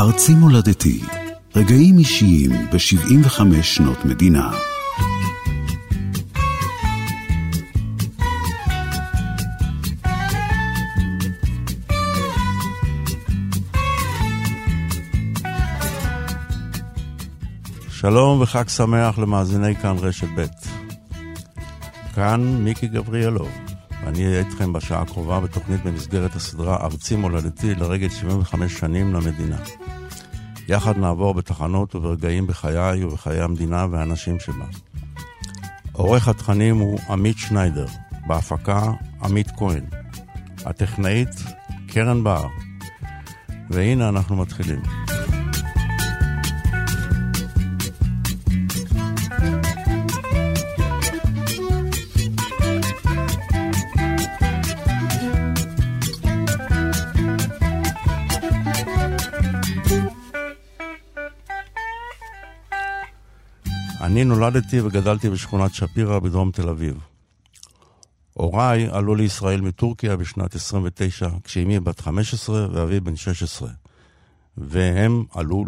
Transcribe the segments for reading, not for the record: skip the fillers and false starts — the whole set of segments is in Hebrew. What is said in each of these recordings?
ארצי מולדתי, רגעים אישיים ב-75 שנות מדינה. שלום וחג שמח למאזיני כאן רשת ב'. כאן מיקי גבריאלוב. אני אהיה איתכם בשעה הקרובה בתוכנית במסגרת הסדרה ארצי מולדתי לרגל 75 שנים למדינה. יחד נעבור בתחנות וברגעים בחיי ובחיי המדינה והאנשים שבה. עורך התכנים הוא עמית שניידר, בהפקה עמית כהן, הטכנאית קרן בר. והנה אנחנו מתחילים. אני נולדתי וגדלתי בשכונת שפירא בדרום תל אביב. הוריי עלו לישראל מטורקיה בשנת 29, כשאמי בת 15 ואבי בן 16. והם עלו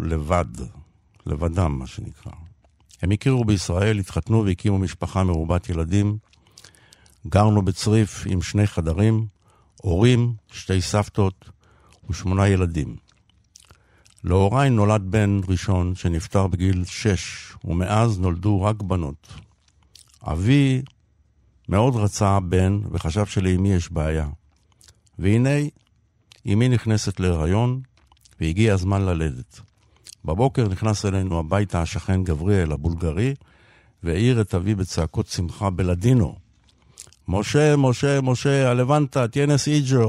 לבדם מה שנקרא. הם הכירו בישראל, התחתנו והקימו משפחה מרובת ילדים. גרנו בצריף עם 2 חדרים, הורים, 2 סבתות ו8 ילדים. להוריי נולד בן ראשון שנפטר בגיל 6, ומאז נולדו רק בנות. אבי מאוד רצה בן וחשב שלאמי יש בעיה. והנה, אמי נכנסת להיריון והגיע הזמן ללדת. בבוקר נכנס אלינו הביתה השכן גבריאל הבולגרי, והעיר את אבי בצעקות שמחה בלדינו. משה, משה, משה, הלבנטה, תיינס איג'ור.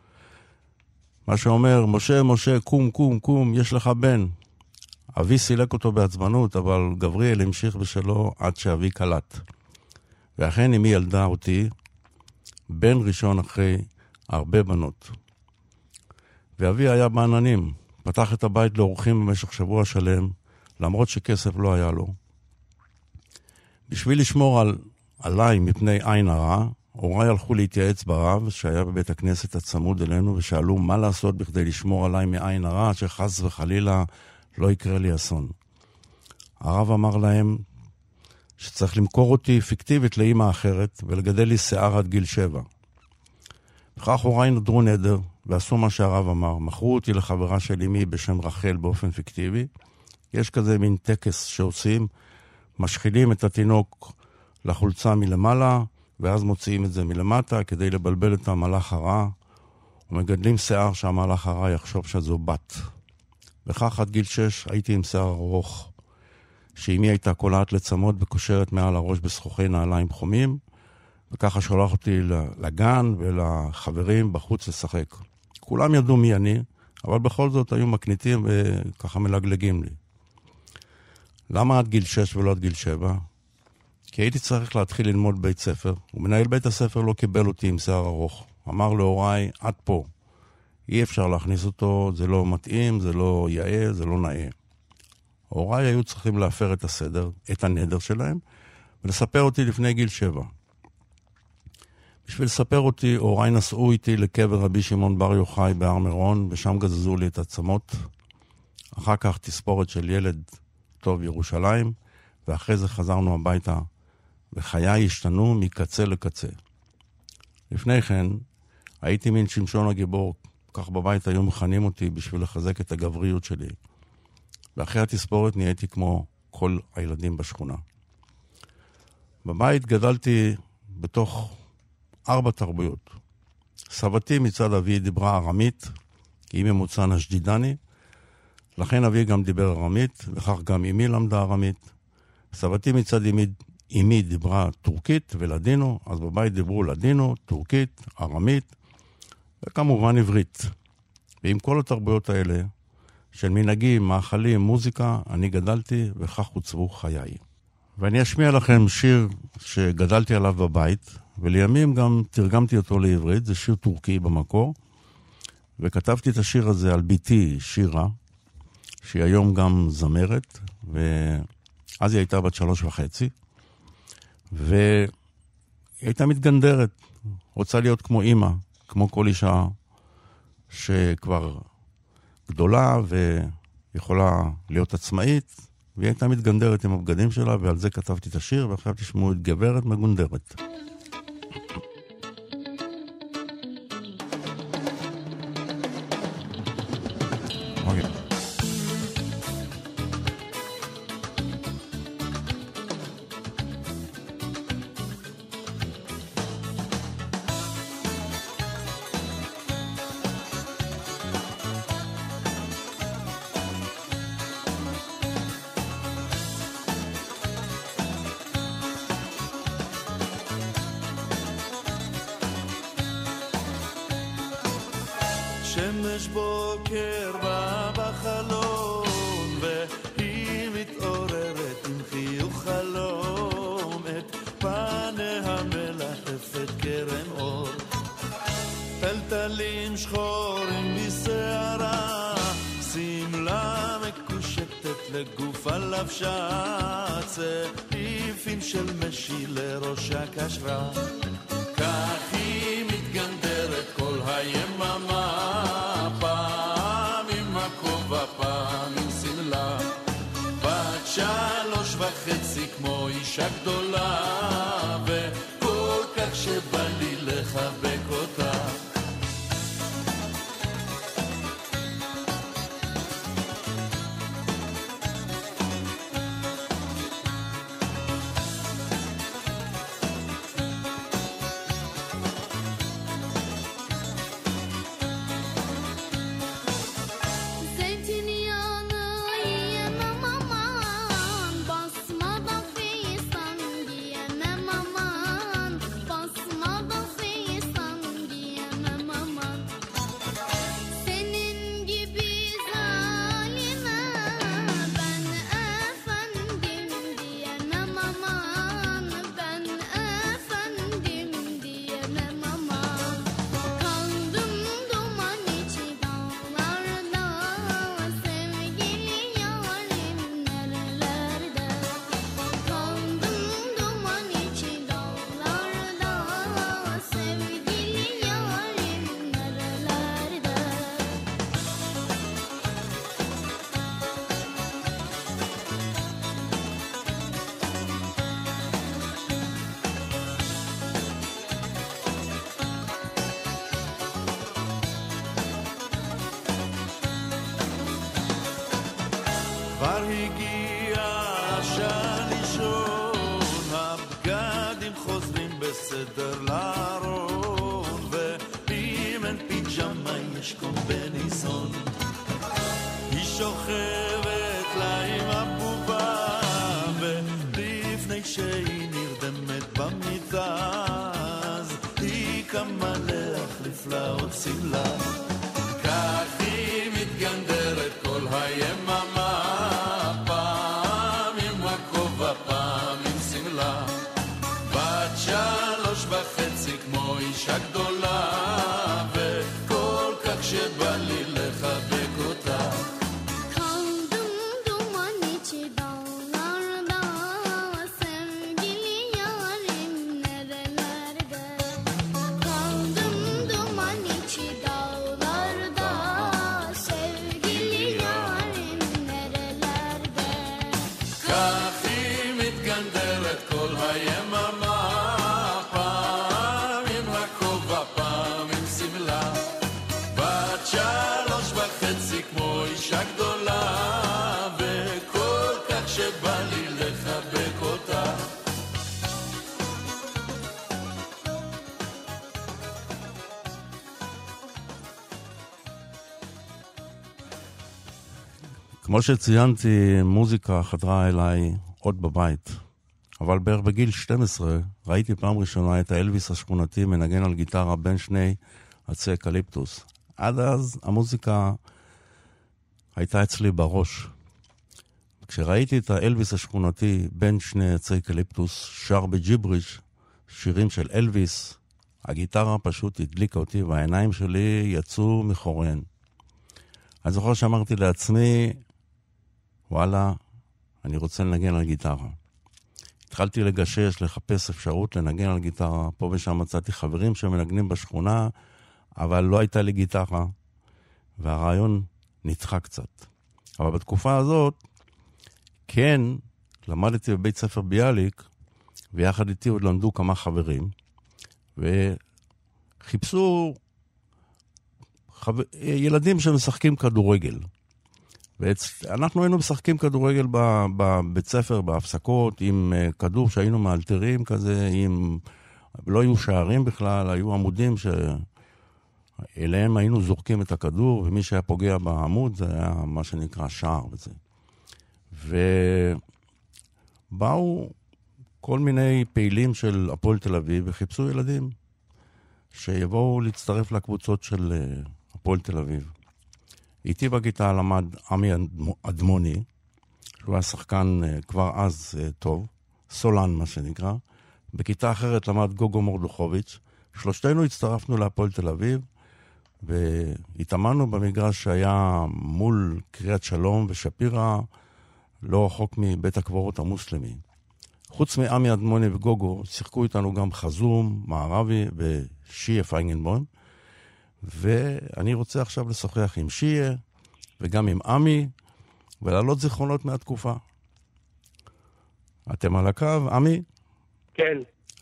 מה שאומר, משה, משה, קום, קום, קום, יש לך בן. אבי סילק אותו בעצבנות, אבל גבריאל המשיך בשלו עד שאבי קלט. ואכן אמי ילדה אותי, בן ראשון אחרי הרבה בנות. ואבי היה בעננים, פתח את הבית לאורחים במשך שבוע שלם, למרות שכסף לא היה לו. בשביל לשמור עליי מפני עין הרע, הוריי הלכו להתייעץ ברב שהיה בבית הכנסת הצמוד אלינו, ושאלו מה לעשות בכדי לשמור עליי מעין הרע, שחס וחלילה לא יקרה לי אסון. הרב אמר להם שצריך למכור אותי פיקטיבית לאמא אחרת, ולגדל לי שיער עד גיל 7. וכך הוריי נדרו נדר, ועשו מה שהרב אמר. מכרו אותי לחברה של אמי בשם רחל באופן פיקטיבי. יש כזה מין טקס שעושים, משחילים את התינוק לחולצה מלמעלה, ואז מוציאים את זה מלמטה כדי לבלבל את המלאך הרע, ומגדלים שיער שהמלאך הרע יחשוב שזו בת. וכך עד גיל 6 הייתי עם שיער ארוך, שאמי הייתה קולעת לצמות וקושרת מעל הראש בשכוחי נעליים חומים, וככה שולח אותי לגן ולחברים בחוץ לשחק. כולם ידעו מי אני, אבל בכל זאת היו מקניטים וככה מלגלגים לי. למה עד גיל 6 ולא עד גיל 7? כי הייתי צריך להתחיל ללמוד בית ספר, ומנהל בית הספר לא קיבל אותי עם שיער ארוך. אמר להוריי, עד פה. אי אפשר להכניס אותו, זה לא מתאים, זה לא יאה, זה לא נאה. הוריי היו צריכים להפר את הסדר, את הנדר שלהם, ולספר אותי לפני גיל 7. בשביל לספר אותי, הוריי נסעו איתי לקבר רבי שמעון בר יוחאי בהר מירון, ושם גזזו לי את עצמות. אחר כך תספורת של ילד טוב ירושלים, ואחרי זה חזרנו הביתה, וחיי השתנו מקצה לקצה. לפני כן, הייתי מין שמשון הגיבור, כך בבית היו מכנים אותי בשביל לחזק את הגבריות שלי. ואחרי התספורת נהייתי כמו כל הילדים בשכונה. בבית גדלתי בתוך 4 תרבויות. סבתי מצד אבי דיברה ארמית, כי היא ממוצא נשדידני, לכן אבי גם דיבר ארמית, וכך גם אמי למדה ארמית. סבתי מצד אמי דיברה טורקית ולדינו, אז בבית דיברו לדינו, טורקית, ארמית, וכמובן עברית. ועם כל התרבויות האלה, של מנהגים, מאכלים, מוזיקה, אני גדלתי וכך עוצבו חיי. ואני אשמיע לכם שיר שגדלתי עליו בבית, ולימים גם תרגמתי אותו לעברית, זה שיר טורקי במקור, וכתבתי את השיר הזה על ביתי שירה, שהיא היום גם זמרת, ואז היא הייתה בת 3.5, והיא הייתה מתגנדרת, רוצה להיות כמו אמא, כמו כל אישה שכבר גדולה יכולה להיות עצמאית, והיא הייתה מתגנדרת עם הבגדים שלה, ועל זה כתבתי את השיר, ועכשיו תשמעו את גברת מגונדרת. שמש בוקר בא בחלום והיא מתעוררת עם חיוך חלום את פניה מלטפת קרן אור טלטלים שחורים בשערה שמלה מקושטת לגוף הלבשה צעיפים של משי לראשה קשרה כך היא מתגנדרת כל היממה שלוש וחצי כמו אישה גדולה וכל כך שבא לי לחבק אותה כבר הגיע השעה לישון הבגדים חוזרים בסדר לארון ואם אין פיג'מה יש קומביניזון היא שוכבת לה עם הבובה ולפני שהיא נרדמת במיטה אז היא קמה להחליף לה עוד שמלה כך היא מתגנדרת כל היממה כמו אישה גדולה וכל כך שבא לי לחבק אותה kaldım duman içi dağlarda sevgili yarim nerelerde kaldım duman içi dağlarda sevgili yarim nerelerde כך היא מתגנדרת כל היממה שלוש וחצי כמו אישה גדולה וכל כך שבא לי לחבק אותה כמו שציינתי, מוזיקה חדרה אליי עוד בבית, אבל בערך בגיל 12 ראיתי פעם ראשונה את האלוויס השכונתי מנגן על גיטרה בין שני עצי אקליפטוס. עד אז המוזיקה הייתה אצלי בראש. כשראיתי את האלוויס השכונתי בין שני עצי אקליפטוס שר בג'יבריש שירים של אלוויס, הגיטרה פשוט הדליקה אותי והעיניים שלי יצאו מחוריהן. אני זוכר שאמרתי לעצמי, וואלה, אני רוצה לנגן על גיטרה. התחלתי לגשש, לחפש אפשרות לנגן על גיטרה. פה ושם מצאתי חברים שמנגנים בשכונה, אבל לא הייתה לי גיטרה, והרעיון נדחה קצת. אבל בתקופה הזאת, כן, למדתי בבית ספר ביאליק, ויחד איתי עוד למדו כמה חברים, וחיפשו ילדים שמשחקים כדורגל. אנחנו היינו משחקים כדורגל בבית ספר, בהפסקות, עם כדור שהיינו מאלתרים כזה, לא היו שערים בכלל, היו עמודים שאליהם היינו זורקים את הכדור, ומי שהיה פוגע בעמוד זה היה מה שנקרא שער וזה. ובאו כל מיני פעילים של הפועל תל אביב, וחיפשו ילדים שיבואו להצטרף לקבוצות של הפועל תל אביב. איתי בכיתה למד עמי אדמוני, שהוא היה שחקן כבר אז טוב, סולן מה שנקרא. בכיתה אחרת למד גוגו מורדוכוביץ'. שלושתנו הצטרפנו להפועל תל אביב, והתאמנו במגרש שהיה מול קריית שלום ושפירה, לא רחוק מבית הקברות המוסלמי. חוץ מעמי אדמוני וגוגו, שיחקו איתנו גם חזום, מערבי ושיה פיינגנבוים, ואני רוצה עכשיו לשוחח עם שיה וגם עם עמי, ולעלות זיכרונות מהתקופה. אתם על הקו, עמי? כן.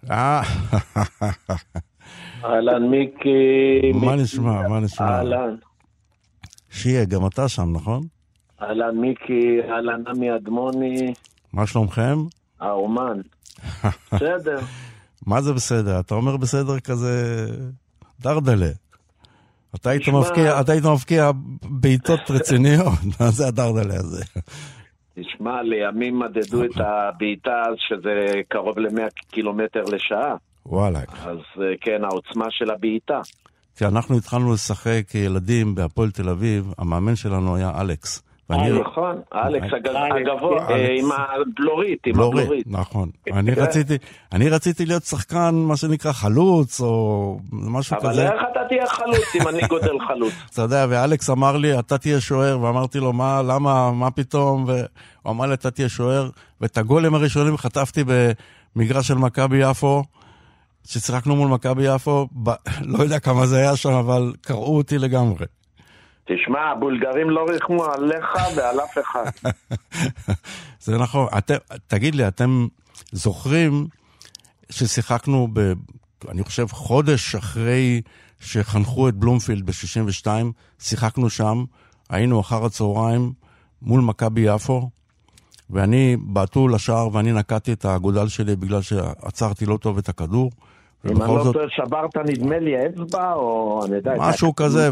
אהלן מיקי. מה נשמע? מה נשמע? אהלן. שיה, גם אתה שם, נכון? אהלן מיקי, אהלן עמי אדמוני. מה שלומכם? האומן. בסדר. מה זה בסדר? אתה אומר בסדר כזה דרדלה. אתה היית מבקיע בעיטות רציניות. מה זה הדרדלה הזה? תשמע, לימים מדדו את הבעיטה שזה קרוב ל100 קילומטר לשעה. וואלה. אז כן, העוצמה של הבעיטה. כי אנחנו התחלנו לשחק כילדים בהפועל תל אביב, המאמן שלנו היה אלכס. נכון, אלכס הגבוה, עם הבלורית. בלורית, נכון. אני רציתי להיות שחקן, מה שנקרא חלוץ, או משהו כזה. אבל איך אתה תהיה חלוץ אם אני גודל חלוץ? אתה יודע, ואלכס אמר לי, אתה תהיה שוער, ואמרתי לו, למה, מה פתאום? והוא אמר לי, אתה תהיה שוער, ואת הגולים הראשונים חטפתי במגרש של מכבי יפו, שצחקנו מול מכבי יפו, לא יודע כמה זה היה שם, אבל קראו אותי לגמרי. תשמע, הבולגרים לא רחמו עליך ועל אף אחד. זה נכון. תגיד לי, אתם זוכרים ששיחקנו אני חושב חודש אחרי שחנכו את בלומפילד ב-62, שיחקנו שם, היינו אחר הצהריים מול מכבי יפו, ואני בעטו לשער ואני נקעתי את הגודל שלי בגלל שעצרתי לא טוב את הכדור. אם אני לא טוב, שברת נדמה לי אצבע, או אני יודע... משהו כזה,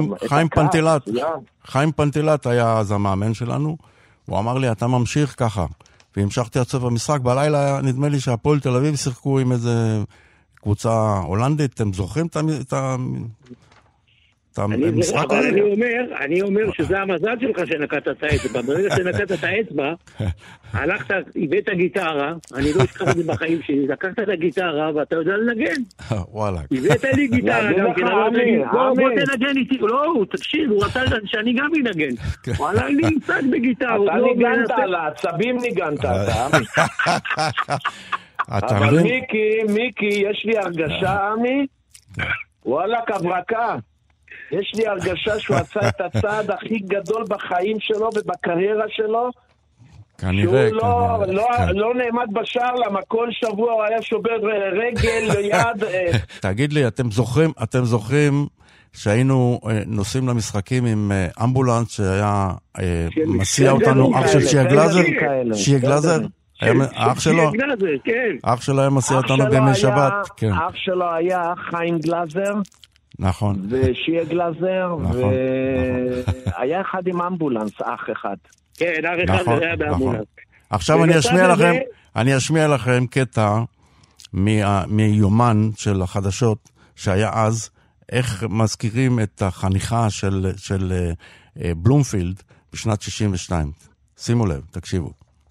וחיים פנטלט היה אז המאמן שלנו, הוא אמר לי, אתה ממשיך ככה, והמשכתי עד סוף המשחק, בלילה נדמה לי שהפועל תל אביב שיחקו עם איזה קבוצה הולנדית, אתם זוכרים את המשחק הזה? אני אומר שזה המזל שלך שנקעת את האצבע. ברגע שנקעת את האצבע, הלכת, הבאת גיטרה, אני לא אשכח את זה בחיים שלי, לקחת את הגיטרה ואתה יודע לנגן. וואלה. הבאת לי גיטרה, גם בוא תנגן איתי. לא, תקשיב, הוא רצה שאני גם ינגן. וואלה, אני נמצא בגיטרה. אתה ניגנת על העצבים, ניגנת אתה. אבל מיקי, יש לי הרגשה, עמי, וואלה, כברקה. יש לי הרגשה שהוא עשה את הצעד הכי גדול בחיים שלו ובקריירה שלו, כנראה, שהוא לא נעמד בשער, למה כל שבוע הוא היה שובר רגל, יד. תגיד לי, אתם זוכרים שהיינו נוסעים למשחקים עם אמבולנס שהיה מסיע אותנו, אח של שיה גלאזר? אח שלו היה מסיע אותנו בימי שבת. אח שלו היה חיים גלאזר. נכון. ושיה גלאזר, והיה אחד עם אמבולנס, אח אחד. כן, אח אחד היה באמבולנס. עכשיו אני אשמיע לכם קטע מיומן של החדשות שהיה אז, איך מזכירים את החניכה של בלומפילד בשנת 62. שימו לב, תקשיבו.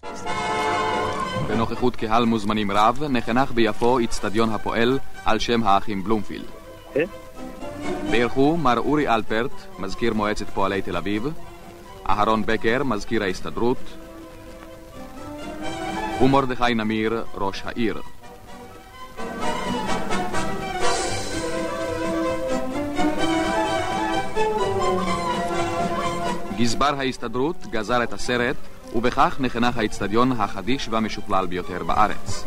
בנוכחות קהל מוזמנים רב, נחנך ביפו אצטדיון הפועל על שם האחים בלומפילד. בירכו מר אורי אלפרט, מזכיר מועצת פועלי תל אביב, אהרון בקר, מזכיר ההסתדרות, ומרדכי נמיר, ראש העיר. גזבר ההסתדרות גזר את הסרט, ובכך נחנך האצטדיון החדיש והמשוכלל ביותר בארץ.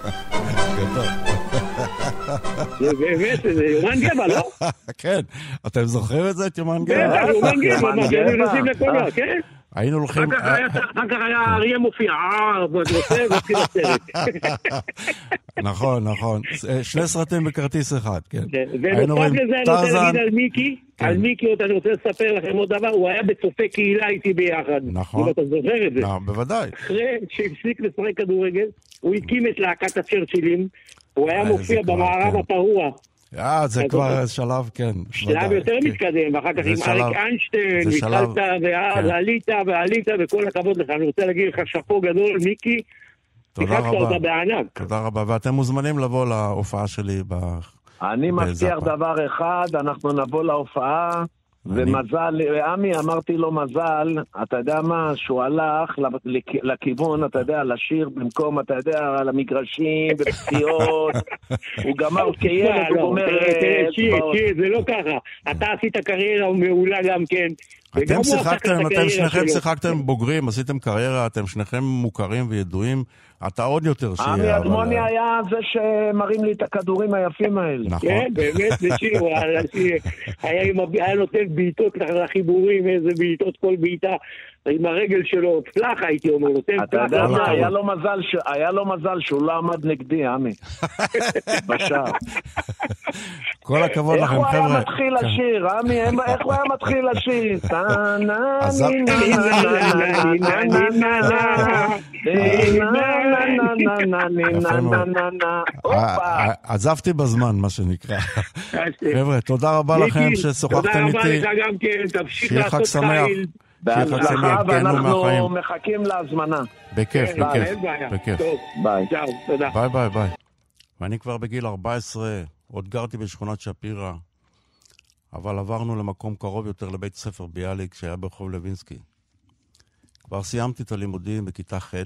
זה באמת, זה יומן גבע, לא? כן, אתם זוכרים את זה, את יומן גבע? בטח, יומן גבע, מה שהיינו נוסעים לקולנוע, כן? היינו הולכים... אחר כך היה אריה מופיע, בנושא, והתחיל הסרט. נכון, נכון. 2 סרטים בכרטיס אחד, כן. ונוסף לזה אני רוצה להגיד על מיקי, על מיקי, אני רוצה לספר לכם עוד דבר, הוא היה בצופי קהילה איתי ביחד. נכון. אם אתה זוכר את זה. בוודאי. אחרי שהפסיק לשחק כדורגל, הוא הקים את להקת הצ'רצ'ילים, הוא היה מופיע במערב הפרוע. זה כבר שלב, כן. שלב יותר מתקדם, ואחר כך עם אריק איינשטיין, התחלת ועלית, וכל הכבוד לך. אני רוצה להגיד לך שאפו גדול, מיקי, תודה רבה. תודה רבה, ואתם מוזמנים לבוא להופעה שלי. אני מבטיח דבר אחד, אנחנו נבוא להופעה, ומזל, עמי, אמרתי לו מזל, אתה יודע מה, שהוא הלך לכיוון, אתה יודע, לשיר במקום, אתה יודע, על המגרשים, בפציעות, הוא גמר כילד, הוא אומר... שיר, זה לא ככה, אתה עשית קריירה מעולה גם כן. אתם שניכם שיחקתם בוגרים, עשיתם קריירה, אתם שניכם מוכרים וידועים, אתה עוד יותר שיר. עמי אדמוני היה זה שמרים לי את הכדורים היפים האלה. נכון. כן, באמת, זה שיר, היה נותן בעיטות לחיבורים, איזה בעיטות כל בעיטה, עם הרגל שלו, פלחה הייתי אומר, נותן פלחה. אתה יודע מה, היה לו מזל שהוא לא עמד נגדי, עמי. בשער. כל הכבוד לכם, חבר'ה. איך הוא היה מתחיל לשיר, עמי? איך הוא היה מתחיל לשיר? עזבתי בזמן, מה שנקרא. חבר'ה, תודה רבה לכם ששוחחתם איתי. תודה רבה לך גם כן, תמשיך שיהיה חג שמח. בהצלחה, ואנחנו מחכים להזמנה. בכיף, בכיף. ביי. תודה. ביי. ואני כבר בגיל 14, עוד גרתי בשכונת שפירא, אבל עברנו למקום קרוב יותר לבית ספר ביאליק שהיה ברחוב לוינסקי. כבר סיימתי את הלימודים בכיתה ח'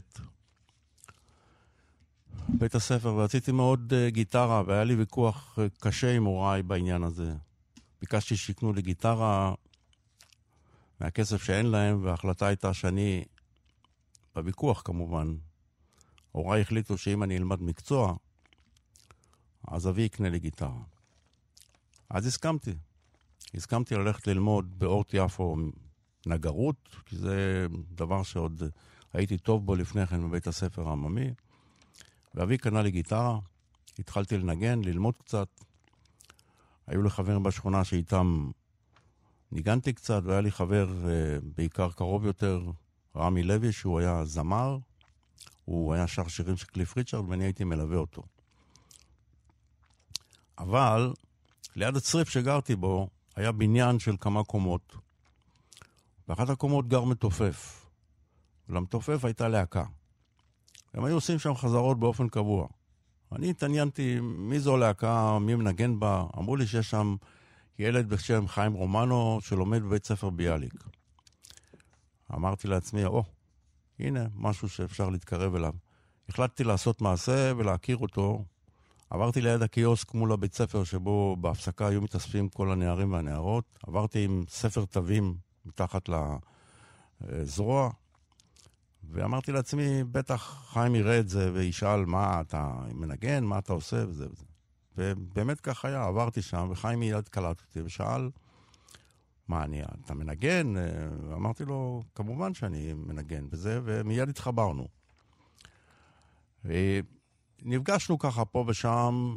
בית הספר, ורציתי מאוד גיטרה, והיה לי ויכוח קשה עם הוריי בעניין הזה. ביקשתי שיקנו לי גיטרה מהכסף שאין להם, וההחלטה הייתה שאני, בוויכוח כמובן, הוריי החליטו שאם אני אלמד מקצוע, אז אבי יקנה לי גיטרה. אז הסכמתי ללכת ללמוד באורט יפו נגרות, כי זה דבר שעוד הייתי טוב בו לפני כן בבית הספר העממי, ואבי קנה לי גיטרה, התחלתי לנגן, ללמוד קצת. היו לי חברים בשכונה שאיתם ניגנתי קצת, והיה לי חבר בעיקר קרוב יותר, רמי לוי, שהוא היה זמר, הוא היה שר שירים של קליף ריצ'רד, ואני הייתי מלווה אותו. אבל ליד הצריף שגרתי בו, היה בניין של כמה קומות. באחת הקומות גר מתופף. ולמתופף הייתה להקה. הם היו עושים שם חזרות באופן קבוע. אני התעניינתי מי זו להקה, מי מנגן בה. אמרו לי שיש שם ילד בשם חיים רומנו שלומד בבית ספר ביאליק. אמרתי לעצמי, הנה משהו שאפשר להתקרב אליו. החלטתי לעשות מעשה ולהכיר אותו. עברתי ליד הקיוסק מול הבית ספר שבו בהפסקה היו מתאספים כל הנערים והנערות. עברתי עם ספר תווים מתחת לזרוע, ואמרתי לעצמי, בטח חיים יראה את זה וישאל מה אתה מנגן, מה אתה עושה וזה וזה. ובאמת כך היה, עברתי שם, וחיים מיד קלט אותי ושאל, מה אתה מנגן? אמרתי לו, כמובן שאני מנגן בזה, ומיד התחברנו. נפגשנו ככה פה ושם,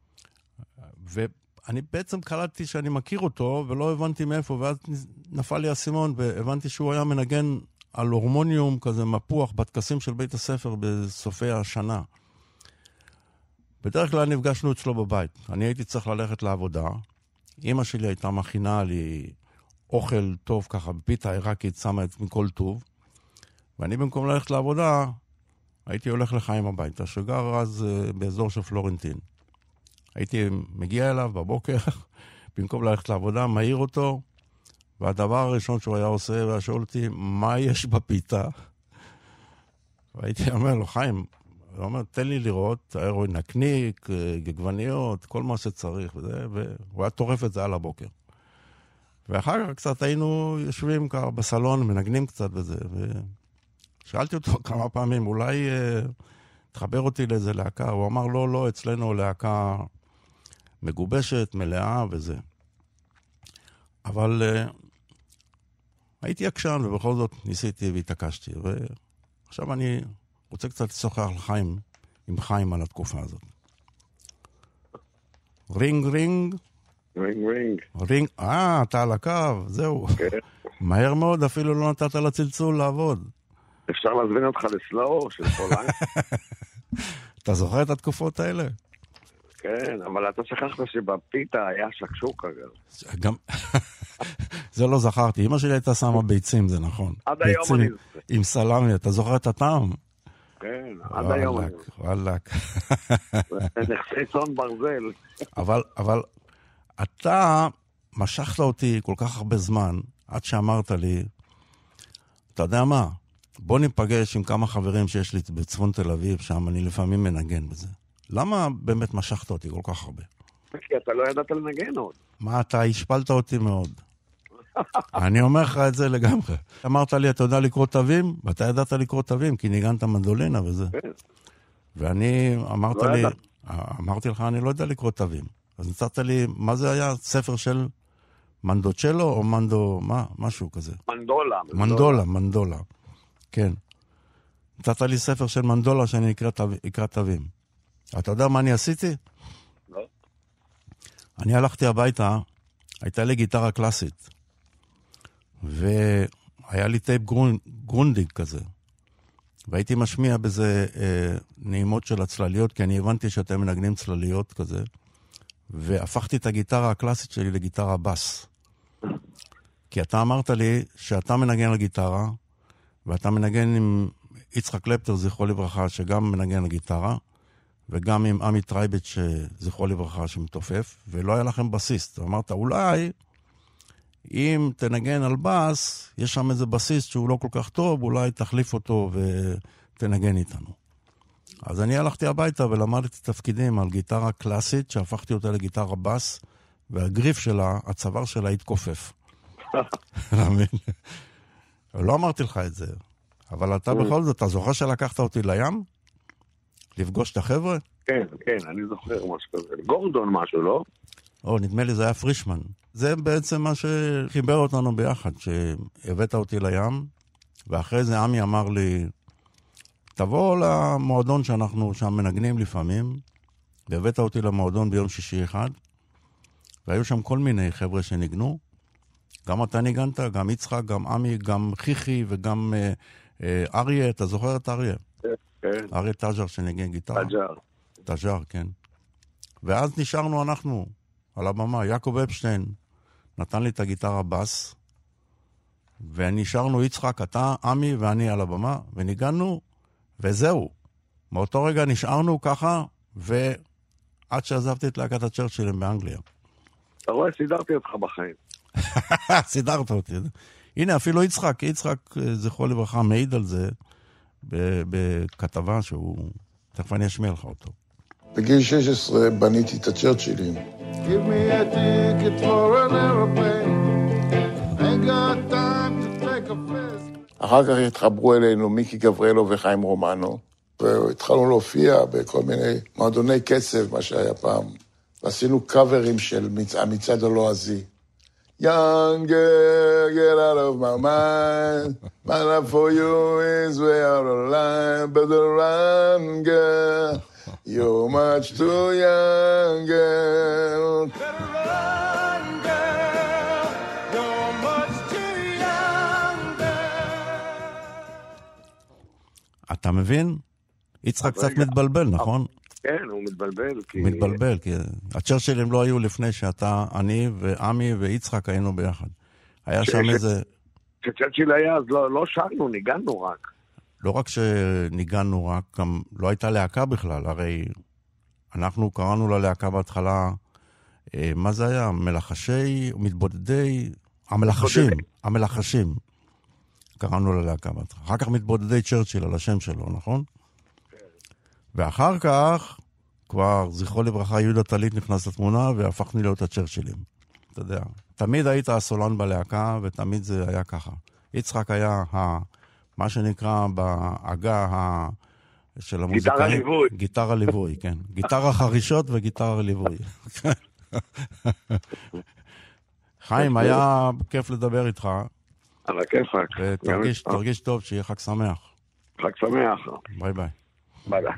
ואני בעצם קלטתי שאני מכיר אותו, ולא הבנתי מאיפה, ואז נפל לי הסימון, והבנתי שהוא היה מנגן על הורמוניום כזה מפוח בטקסים של בית הספר בסופי השנה. בדרך כלל נפגשנו אצלו בבית. אני הייתי צריך ללכת לעבודה. אמא שלי הייתה מכינה לי אוכל טוב ככה, בפיתה עיראקית, שמה את מכל טוב. ואני במקום ללכת לעבודה, הייתי הולך לחיים הביתה, שגר אז באזור של פלורנטין. הייתי מגיע אליו בבוקר, במקום ללכת לעבודה, מהיר אותו, והדבר הראשון שהוא היה עושה, היה שואל אותי, מה יש בפיתה? והייתי אומר לו, חיים, הוא אומר, תן לי לראות, נקניק, גגווניות, כל מה שצריך, והוא היה טורף את זה על הבוקר. ואחר כך קצת היינו יושבים ככה בסלון, מנגנים קצת בזה, ושאלתי אותו כמה פעמים, אולי תחבר אותי לאיזה להקה. הוא אמר, לא, אצלנו להקה מגובשת, מלאה וזה. אבל הייתי עקשן, ובכל זאת ניסיתי והתעקשתי. ועכשיו אני רוצה קצת לשוחח עם חיים על התקופה הזאת. רינג, רינג. רינג, אתה על הקו, זהו. מהר מאוד, אפילו לא נתת לצלצול לעבוד. אפשר להזמין אותך לסלאו של פולניה? אתה זוכר את התקופות האלה? כן, אבל אתה שכחת שבפיתה היה שקשוקה גם. זה לא זכרתי. אמא שלי הייתה שמה ביצים, זה נכון. עד היום אני זוכר. עם סלמי, אתה זוכר את הטעם? כן, עד היום אני זוכר. וואלק. נכסי צאן ברזל. אבל אתה משכת אותי כל כך הרבה זמן, עד שאמרת לי, אתה יודע מה? בוא ניפגש עם כמה חברים שיש לי בצפון תל אביב, שם אני לפעמים מנגן בזה. למה באמת משכת אותי כל כך הרבה? כי אתה לא ידעת לנגן עוד. מה, אתה השפלת אותי מאוד. אני אומר לך את זה לגמרי. אמרת לי, אתה יודע לקרוא תווים? ואתה ידעת לקרוא תווים, כי ניגנת מנדולינה וזה. ואני אמרתי לך, אני לא יודע לקרוא תווים. אז נצאת לי, מה זה היה? ספר של מנדוצ'לו או מנדו, משהו כזה? מנדולה. כן. נצאת לי ספר של מנדולה שאני אקרא תווים. אתה יודע מה אני עשיתי? לא. אני הלכתי הביתה, הייתה לי גיטרה קלאסית, והיה לי טייפ גרונדיק כזה, והייתי משמיע בזה נעימות של הצלליות, כי אני הבנתי שאתם מנגנים צלליות כזה, והפכתי את הגיטרה הקלאסית שלי לגיטרה בס. כי אתה אמרת לי שאתה מנגן על גיטרה, ואתה מנגן עם יצחק קלפטר, זכרו לברכה, שגם מנגן על גיטרה, וגם עם עמי טרייבט, שזכרו לברכה, שמתופף, ולא היה לכם בסיסט. אמרת, אולי, אם תנגן על בס, יש שם איזה בסיסט שהוא לא כל כך טוב, אולי תחליף אותו ותנגן איתנו. אז אני הלכתי הביתה ולמדתי תפקידים על גיטרה קלאסית, שהפכתי אותה לגיטרה בס, והגריף שלה, הצוואר שלה התכופף. לא אמרתי לך את זה, אבל אתה בכל זאת, אתה זוכר שלקחת אותי לים? לפגוש את החבר'ה? כן, אני זוכר משהו כזה. גורדון משהו, לא? נדמה לי זה היה פרישמן. זה בעצם מה שחיבר אותנו ביחד, שהבאת אותי לים, ואחרי זה עמי אמר לי, תבוא למועדון שאנחנו שם מנגנים לפעמים, והבאת אותי למועדון ביום שישי אחד, והיו שם כל מיני חבר'ה שניגנו, גם אתה ניגנת, גם יצחק, גם עמי, גם חיכי וגם אריה, אתה זוכר את אריה? כן. אריה טאז'ר שניגן גיטרה. טאז'ר, כן. ואז נשארנו אנחנו על הבמה, יעקב אפשטיין נתן לי את הגיטרה בס, ונשארנו יצחק, אתה, עמי ואני על הבמה, וניגענו, וזהו. מאותו רגע נשארנו ככה, ועד שעזבתי את להקת הצ'רצ'ילים באנגליה. אתה רואה, סידרתי אותך בחיים. סידרת אותי. הנה, אפילו יצחק זכרו לברכה, מעיד על זה, בכתבה שהוא, תכף אני אשמיע לך אותו. בגיל 16 בניתי את הצ'רצ'ילים. Give me a ticket for an airplane. Ain't got time to take a flight. אחר כך התחברו אלינו מיקי גבריאלו וחיים רומנו, והתחלנו להופיע בכל מיני מועדוני קצב, מה שהיה פעם. ועשינו קאברים של המצעד הלועזי. Young girl, get out of my mind. My love for you is way out of line. Better run, girl. You're much too young, girl. Better run, girl. You're much too young, girl. אתה מבין? יצחק קצת מתבלבל, נכון? כן, הוא מתבלבל. מתבלבל, כי הצ'רצ'ילים לא היו לפני שאתה, אני ועמי ויצחק היינו ביחד. היה שם איזה... כשצ'רצ'יל היה, אז לא שרנו, ניגענו רק. לא רק שניגענו רק, גם לא הייתה להקה בכלל, הרי אנחנו קראנו ללהקה בהתחלה, מה זה היה? מלחשי, מתבודדי, המלחשים. קראנו ללהקה בהתחלה. אחר כך מתבודדי צ'רצ'יל על השם שלו, נכון? ואחר כך, כבר זכרו לברכה, יהודה טלית נכנס לתמונה, והפכנו להיות הצ'רצ'ילים. אתה יודע, תמיד היית הסולן בלהקה, ותמיד זה היה ככה. יצחק היה מה שנקרא בעגה של המוזיקאים. גיטרה ליווי. גיטרה ליווי, כן. גיטרה חרישות וגיטרה ליווי. חיים, היה כיף לדבר איתך. על הכיפק. ותרגיש טוב, שיהיה חג שמח. חג שמח. ביי ביי. ביי ביי.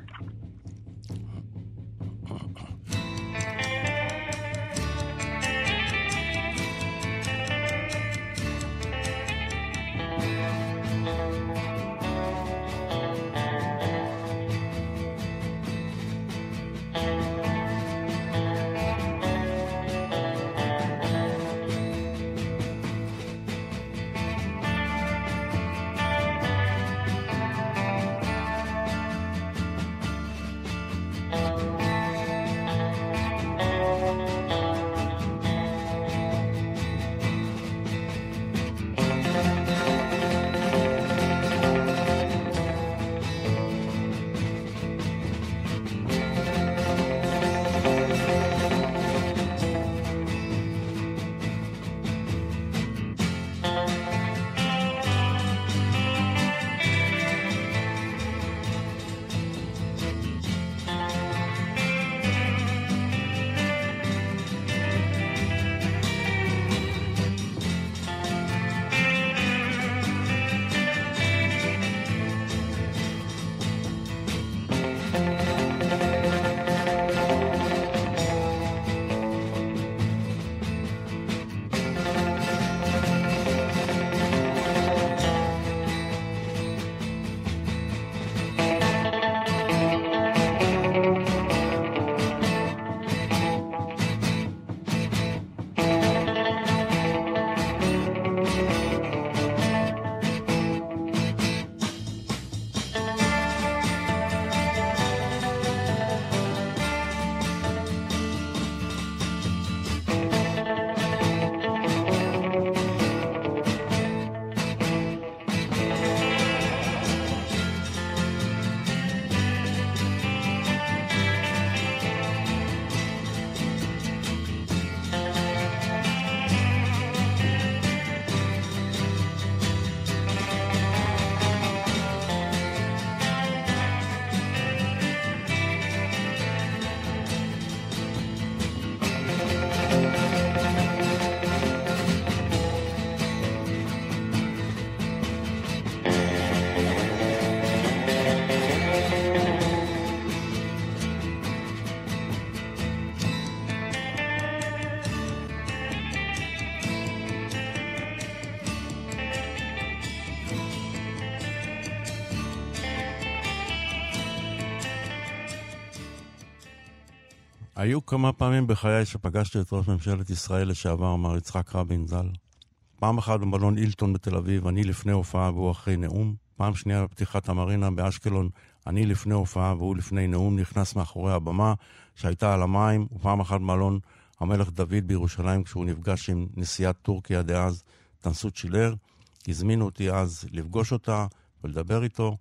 היו כמה פעמים בחיי שפגשתי את ראש ממשלת ישראל לשעבר, מר יצחק רבין ז"ל. פעם אחת במלון אילטון בתל אביב, אני לפני הופעה והוא אחרי נאום. פעם שנייה בפתיחת המרינה באשקלון, אני לפני הופעה והוא לפני נאום, נכנס מאחורי הבמה שהייתה על המים. ופעם אחת במלון המלך דוד בירושלים, כשהוא נפגש עם נשיאת טורקיה דאז, תנסות שילר. הזמינו אותי אז לפגוש אותה ולדבר איתו,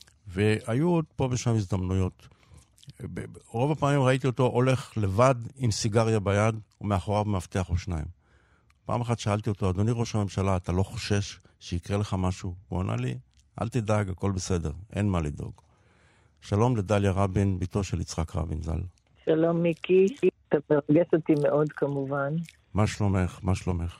והיו עוד פה ושם הזדמנויות. רוב הפעמים ראיתי אותו הולך לבד עם סיגריה ביד ומאחוריו מפתח או שניים. פעם אחת שאלתי אותו, אדוני ראש הממשלה, אתה לא חושש שיקרה לך משהו? הוא ענה לי, אל תדאג, הכל בסדר, אין מה לדאוג. שלום לדליה רבין, ביתו של יצחק רבין ז"ל. שלום מיקי, אתה מרגש אותי מאוד כמובן. מה שלומך? מה שלומך?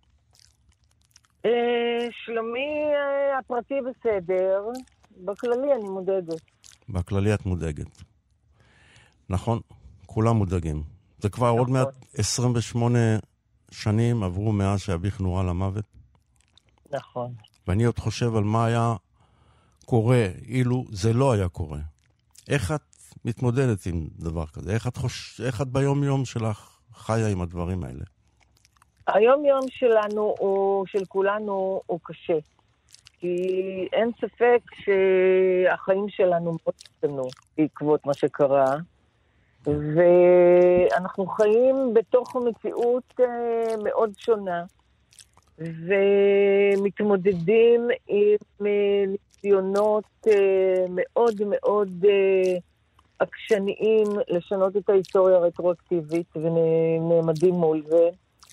שלומי הפרטי בסדר, בכללי אני מודאגת. בכללי את מודאגת. נכון, כולם מודאגים. זה כבר עוד מעט 28 שנים עברו מאז שאביך נורה למוות. נכון. ואני עוד חושב על מה היה קורה אילו זה לא היה קורה. איך את מתמודדת עם דבר כזה? איך את ביום יום שלך חיה עם הדברים האלה? היום יום שלנו, של כולנו, הוא קשה. כי אין ספק שהחיים שלנו מאוד קטנו בעקבות מה שקרה. ואנחנו חיים בתוך מציאות מאוד שונה. ומתמודדים עם ניסיונות מאוד מאוד עקשניים לשנות את ההיסטוריה הרטרואקטיבית, ונעמדים מול זה.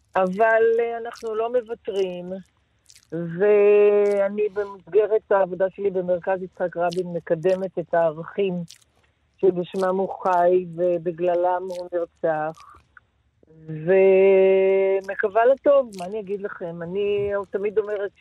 אבל אנחנו לא מוותרים, ואני במסגרת העבודה שלי במרכז יצחק רבין מקדמת את הערכים שבשמם הוא חי ובגללם הוא נרצח, ומקווה לטוב. מה אני אגיד לכם? אני תמיד אומרת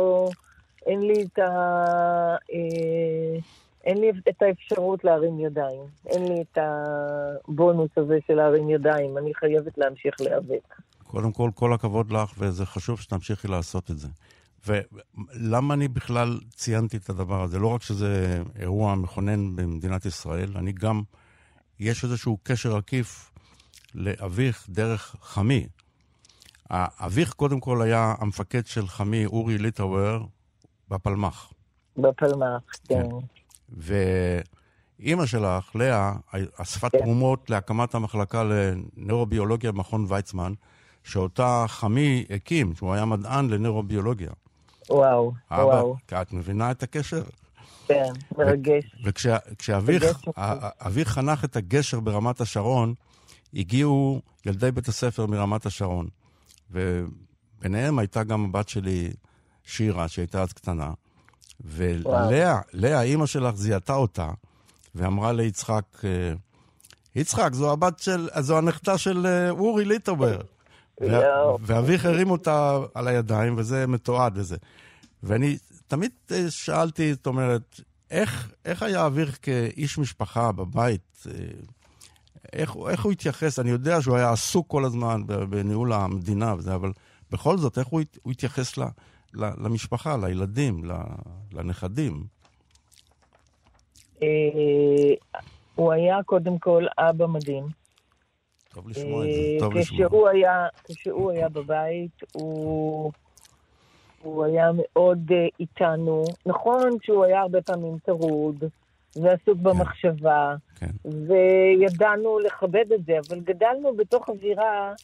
אין לי את האפשרות להרים ידיים. אין לי את הבונוס הזה של להרים ידיים. אני חייבת להמשיך להיאבק. קודם כל, כל הכבוד לך, וזה חשוב שתמשיכי לעשות את זה. ולמה אני בכלל ציינתי את הדבר הזה? לא רק שזה אירוע מכונן במדינת ישראל, אני גם, יש איזשהו קשר עקיף לאביך דרך חמי. אביך קודם כל היה המפקד של חמי, אורי ליטאוור, בפלמ"ח. בפלמ"ח, כן. ואימא שלך, לאה, אספה תרומות להקמת המחלקה לנוירוביולוגיה במכון ויצמן, שאותה חמי הקים, שהוא היה מדען לנוירוביולוגיה. וואו, וואו. את מבינה את הקשר? כן, מרגש. וכשאביך חנך את הגשר ברמת השרון, הגיעו ילדי בית הספר מרמת השרון. וביניהם הייתה גם הבת שלי, שירה, שהייתה אז קטנה. ולאה, אימא שלך, זיהתה אותה, ואמרה ליצחק, יצחק, זו הנכדה של אורי ליטאוור. ואביך הרים אותה על הידיים, וזה מתועד וזה. ואני תמיד שאלתי, זאת אומרת, איך היה אביך כאיש משפחה בבית? איך הוא התייחס? אני יודע שהוא היה עסוק כל הזמן בניהול המדינה וזה, אבל בכל זאת, איך הוא התייחס למשפחה, לילדים, לנכדים? הוא היה קודם כל אבא מדהים. טוב לשמוע את זה, טוב לשמוע. כשהוא היה בבית, הוא היה מאוד איתנו. נכון שהוא היה הרבה פעמים טרוד, ועסוק במחשבה, וידענו לכבד את זה, אבל גדלנו בתוך אווירה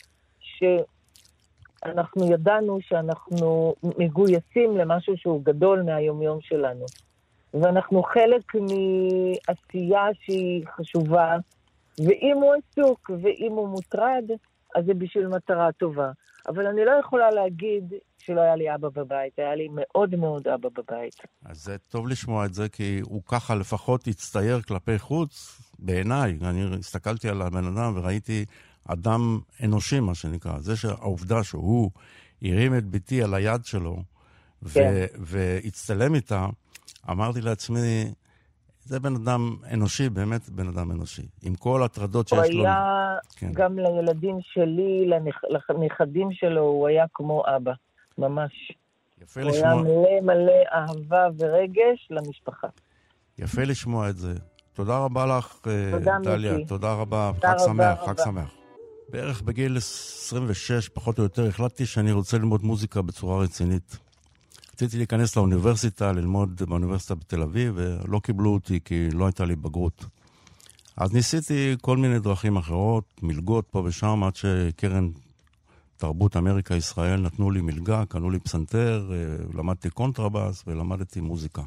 שאנחנו ידענו שאנחנו מגויסים למשהו שהוא גדול מהיומיום שלנו. ואנחנו חלק מעשייה שהיא חשובה, ואם הוא עסוק ואם הוא מוטרד, אז זה בשביל מטרה טובה. אבל אני לא יכולה להגיד שלא היה לי אבא בבית, היה לי מאוד מאוד אבא בבית. אז זה טוב לשמוע את זה, כי הוא ככה לפחות הצטייר כלפי חוץ, בעיניי. אני הסתכלתי על הבן אדם וראיתי אדם אנושי, מה שנקרא. זה שהעובדה שהוא הרים את ביתי על היד שלו, והצטלם איתה, אמרתי לעצמי, זה בן אדם אנושי, באמת בן אדם אנושי. עם כל הטרדות שיש לו. הוא היה גם לילדים שלי, לנכדים שלו, הוא היה כמו אבא, ממש. יפה לשמוע. הוא היה מלא אהבה ורגש למשפחה. יפה לשמוע את זה. תודה רבה לך, דליה. תודה רבה. חג שמח, חג שמח. בערך בגיל 26, פחות או יותר, החלטתי שאני רוצה ללמוד מוזיקה בצורה רצינית. רציתי להיכנס לאוניברסיטה, ללמוד באוניברסיטה בתל אביב, ולא קיבלו אותי כי לא הייתה לי בגרות. אז ניסיתי כל מיני דרכים אחרות, מלגות פה ושם, עד שקרן תרבות אמריקה ישראל נתנו לי מלגה, קנו לי פסנתר, למדתי קונטרבאס ולמדתי מוזיקה.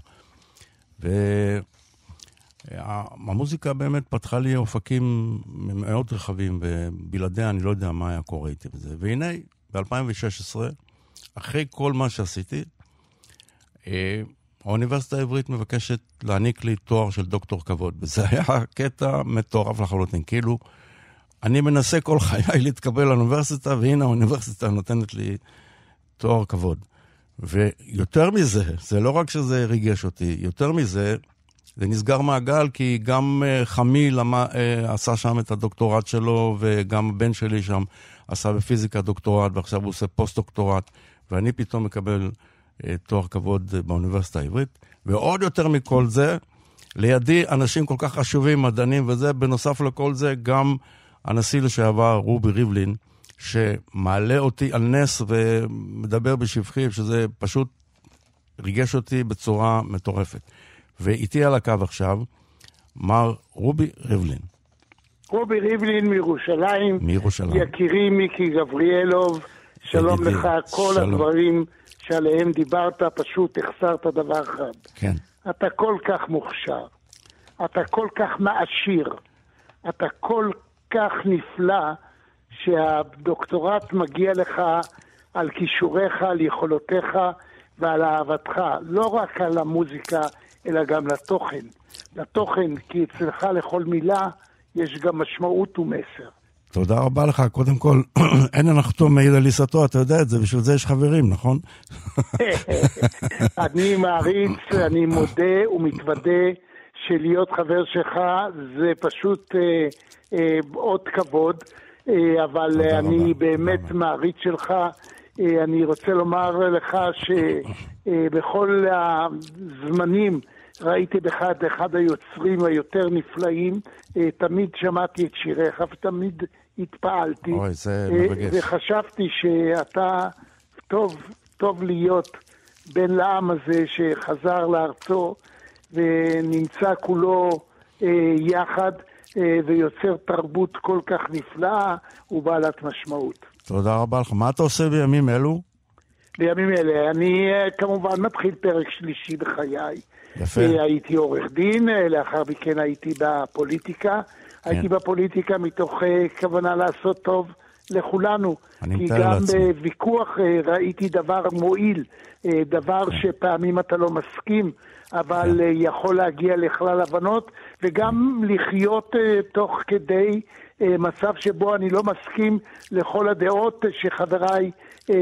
והמוזיקה באמת פתחה לי אופקים מאוד רחבים, ובלעדיה אני לא יודע מה היה קורה איתי בזה. והנה, ב-2016, אחרי כל מה שעשיתי, האוניברסיטה העברית מבקשת להעניק לי תואר של דוקטור כבוד, וזה היה קטע מטורף לחלוטין. כאילו, אני מנסה כל חיי להתקבל לאוניברסיטה, והנה האוניברסיטה נותנת לי תואר כבוד. ויותר מזה, זה לא רק שזה ריגש אותי, יותר מזה, זה נסגר מעגל, כי גם חמי עשה שם את הדוקטורט שלו, וגם הבן שלי שם עשה בפיזיקה דוקטורט, ועכשיו הוא עושה פוסט-דוקטורט, ואני פתאום מקבל תואר כבוד באוניברסיטה העברית. ועוד יותר מכל זה, לידי אנשים כל כך חשובים, מדענים וזה, בנוסף לכל זה, גם הנשיא לשעבר רובי ריבלין, שמעלה אותי על נס ומדבר בשבחי, שזה פשוט ריגש אותי בצורה מטורפת. ואיתי על הקו עכשיו, מר רובי ריבלין. רובי ריבלין מירושלים. מירושלים. יקירי מיקי גבריאלוב, שלום לך, כל הדברים שעליהם דיברת, פשוט החסרת דבר אחד. כן. אתה כל כך מוכשר, אתה כל כך מעשיר, אתה כל כך נפלא, שהדוקטורט מגיע לך על כישוריך, על יכולותיך ועל אהבתך, לא רק על המוזיקה, אלא גם לתוכן. לתוכן, כי אצלך לכל מילה יש גם משמעות ומסר. תודה רבה לך. קודם כל, אין הנחתום מעיד על עיסתו, אתה יודע את זה, בשביל זה יש חברים, נכון? אני מעריץ, אני מודה ומתוודה שלהיות חבר שלך זה פשוט עוד כבוד, אבל אני באמת מעריץ שלך. אני רוצה לומר לך שבכל הזמנים ראיתי בך את אחד היוצרים היותר נפלאים, תמיד שמעתי את שיריך ותמיד התפעלתי. אוי, זה מרגש. וחשבתי שאתה טוב להיות בן לעם הזה שחזר לארצו ונמצא כולו יחד ויוצר תרבות כל כך נפלאה ובעלת משמעות. תודה רבה לך. מה אתה עושה בימים אלו? בימים אלה אני כמובן מתחיל פרק שלישי בחיי. יפה. הייתי עורך דין, לאחר מכן הייתי בפוליטיקה. הייתי בפוליטיקה מתוך כוונה לעשות טוב לכולנו. כי גם בוויכוח ראיתי דבר מועיל, דבר שפעמים אתה לא מסכים, אבל יכול להגיע לכלל הבנות, וגם לחיות תוך כדי מצב שבו אני לא מסכים לכל הדעות שחבריי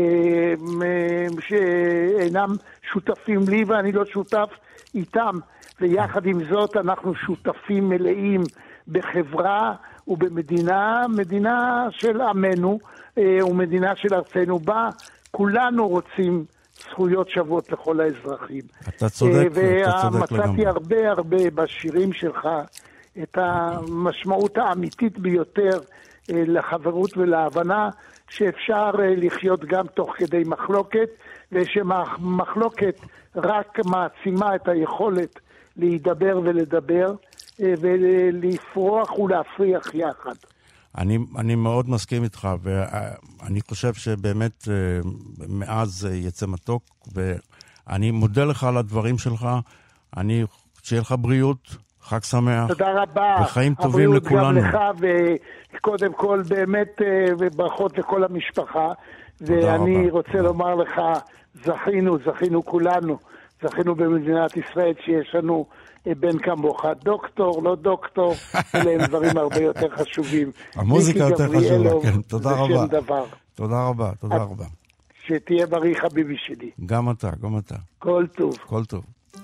שאינם שותפים לי ואני לא שותף איתם, ויחד עם זאת אנחנו שותפים מלאים בחברה ובמדינה, מדינה של עמנו ומדינה של ארצנו, בה כולנו רוצים זכויות שוות לכל האזרחים. אתה צודק, אתה צודק לגמרי. ומצאתי הרבה בשירים שלך את המשמעות האמיתית ביותר לחברות ולהבנה שאפשר לחיות גם תוך כדי מחלוקת, ושמחלוקת רק מעצימה את היכולת להידבר ולדבר ולפרוח ולהפריח יחד. אני מאוד מסכים איתך, ואני חושב שבאמת מאז יצא מתוק, ואני מודה לך על הדברים שלך. שיהיה לך בריאות, חג שמח. תודה רבה. וחיים טובים לכולנו. הבריאות גם לך, וקודם כל באמת ברכות לכל המשפחה. ואני רוצה לומר לך, זכינו כולנו, זכינו במדינת ישראל שיש לנו בן כמוך, דוקטור, לא דוקטור, אלה הם דברים הרבה יותר חשובים. המוזיקה יותר חשובה, כן, תודה רבה. תודה רבה, תודה רבה. שתהיה בריא חביבי שלי. גם אתה. כל טוב. כל טוב.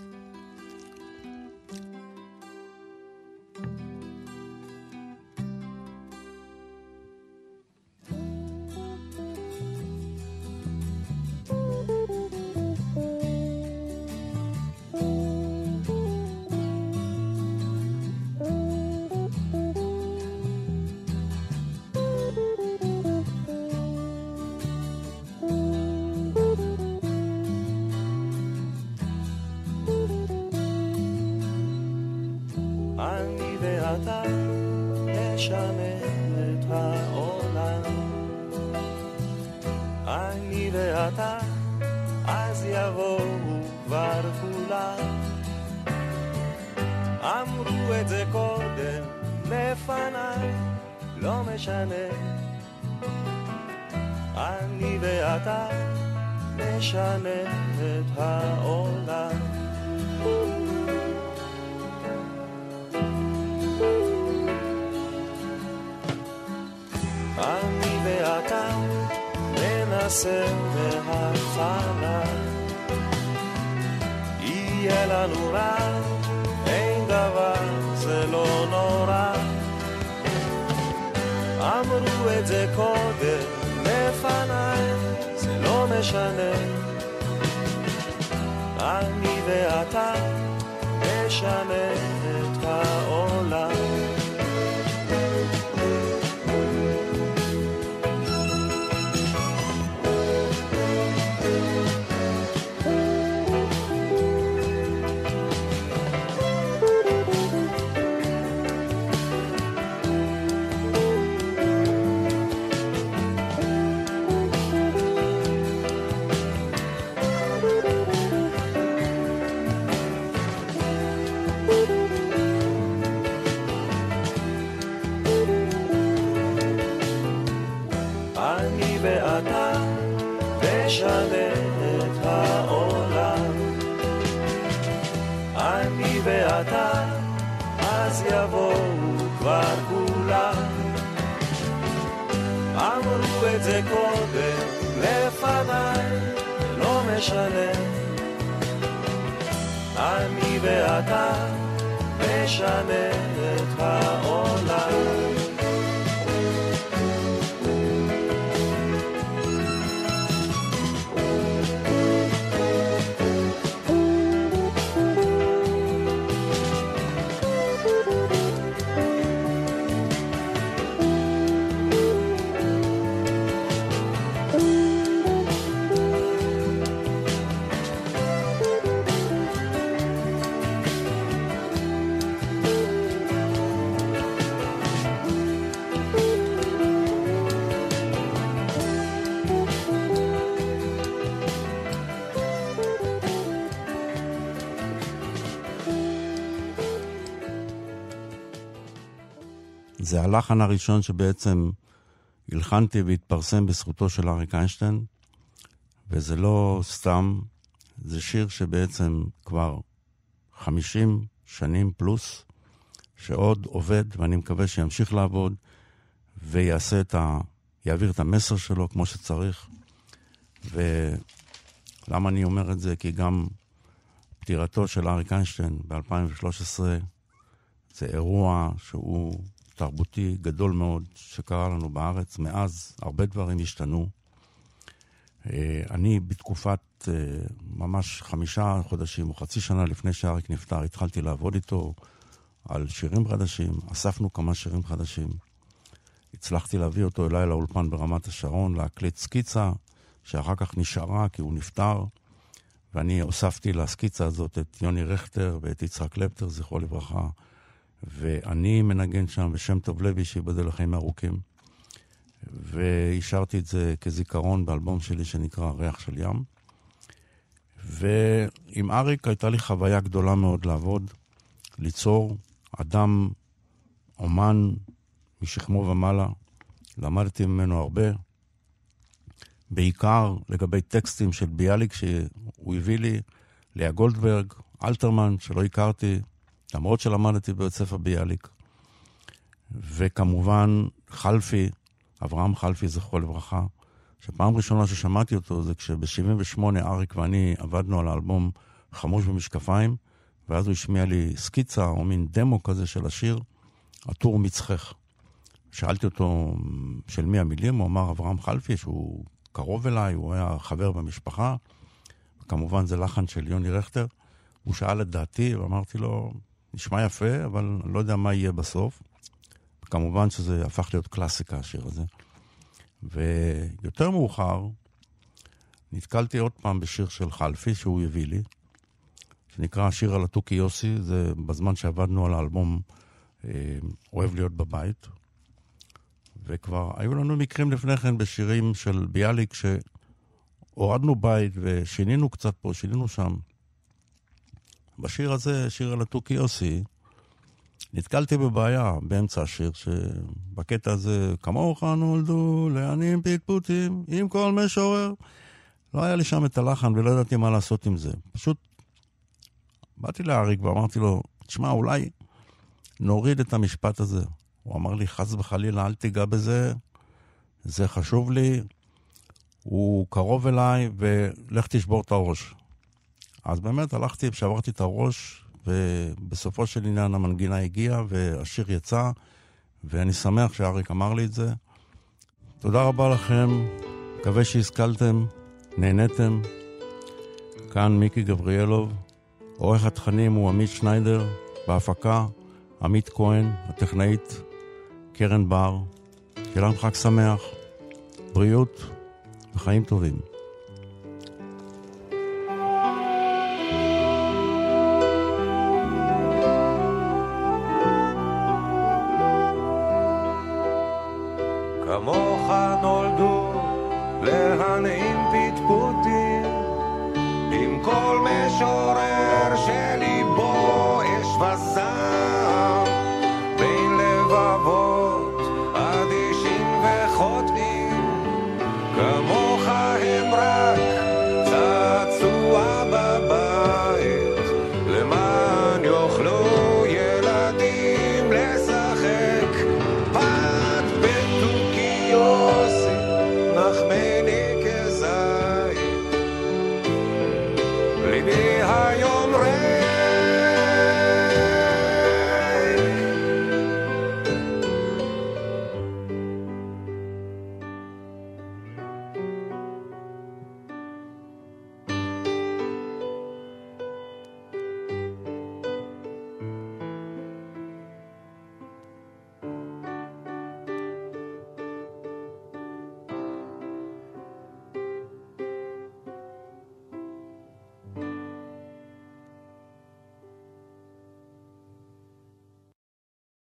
יהיה לנו רע, אין דבר, זה לא נורא. אמרו את זה קודם לפניי, זה לא משנה. אני ואתה נשנה את העולם. ואתה, אז יבואו כבר כולם. אמרו את זה קודם לפניי, לא משנה. אני ואתה משנה את העולם. זה הלחן הראשון שבעצם הלחנתי והתפרסם בזכותו של אריק איינשטיין, וזה לא סתם, זה שיר שבעצם כבר 50 שנים פלוס, שעוד עובד, ואני מקווה שימשיך לעבוד, יעביר את המסר שלו כמו שצריך. ולמה אני אומר את זה? כי גם פטירתו של אריק איינשטיין ב-2013, זה אירוע שהוא תרבותי גדול מאוד שקרה לנו בארץ. מאז הרבה דברים השתנו. אני בתקופת ממש 5 חודשים או חצי שנה לפני שאריק נפטר, התחלתי לעבוד איתו על שירים חדשים, אספנו כמה שירים חדשים. הצלחתי להביא אותו אליי לאולפן ברמת השרון, להקליט סקיצה, שאחר כך נשארה כי הוא נפטר, ואני הוספתי לסקיצה הזאת את יוני רכטר ואת יצחק קלפטר, זכרו לברכה, ואני מנגן שם בשם טוב לוי, שיבדל לחיים ארוכים, והשארתי את זה כזיכרון באלבום שלי שנקרא ריח של ים. ועם אריק הייתה לי חוויה גדולה מאוד לעבוד, ליצור, אדם, אומן משכמו ומעלה, למדתי ממנו הרבה, בעיקר לגבי טקסטים של ביאליק שהוא הביא לי, לאה גולדברג, אלתרמן שלא הכרתי, למרות שלמדתי בבית ספר ביאליק, וכמובן חלפי, אברהם חלפי זכרו לברכה, שפעם ראשונה ששמעתי אותו זה כשב-78 אריק ואני עבדנו על האלבום חמוש במשקפיים, ואז הוא השמיע לי סקיצה או מין דמו כזה של השיר, הטור מצחך. שאלתי אותו של מי המילים, הוא אמר אברהם חלפי, שהוא קרוב אליי, הוא היה חבר במשפחה, וכמובן זה לחן של יוני רכטר. הוא שאל את דעתי, ואמרתי לו, נשמע יפה, אבל אני לא יודע מה יהיה בסוף. וכמובן שזה הפך להיות קלאסיקה, השיר הזה. ויותר מאוחר, נתקלתי עוד פעם בשיר של חלפי, שהוא הביא לי, שנקרא השיר על התוכי יוסי, זה בזמן שעבדנו על האלבום אוהב להיות בבית. וכבר היו לנו מקרים לפני כן בשירים של ביאליק, שהורדנו בית ושינינו קצת פה, שינינו שם. בשיר הזה, שיר על התוכי יוסי, נתקלתי בבעיה באמצע השיר, שבקטע הזה, כמוך נולדו לעניים פטפוטים עם כל משורר. לא היה לי שם את הלחן ולא ידעתי מה לעשות עם זה. פשוט באתי לאריק ואמרתי לו, תשמע, אולי נוריד את המשפט הזה. הוא אמר לי, חס וחלילה, אל תיגע בזה, זה חשוב לי, הוא קרוב אליי, ולך תשבור את הראש. אז באמת הלכתי ושברתי את הראש, ובסופו של עניין המנגינה הגיעה, והשיר יצא, ואני שמח שאריק אמר לי את זה. תודה רבה לכם, מקווה שהשכלתם, נהנתם. כאן מיקי גבריאלוב, עורך התכנים הוא עמית שניידר, בהפקה עמית כהן, הטכנאית קרן בר. שיהיה לכם חג שמח, בריאות וחיים טובים. כמוך נולדו להנעים פטפוטים עם כל משור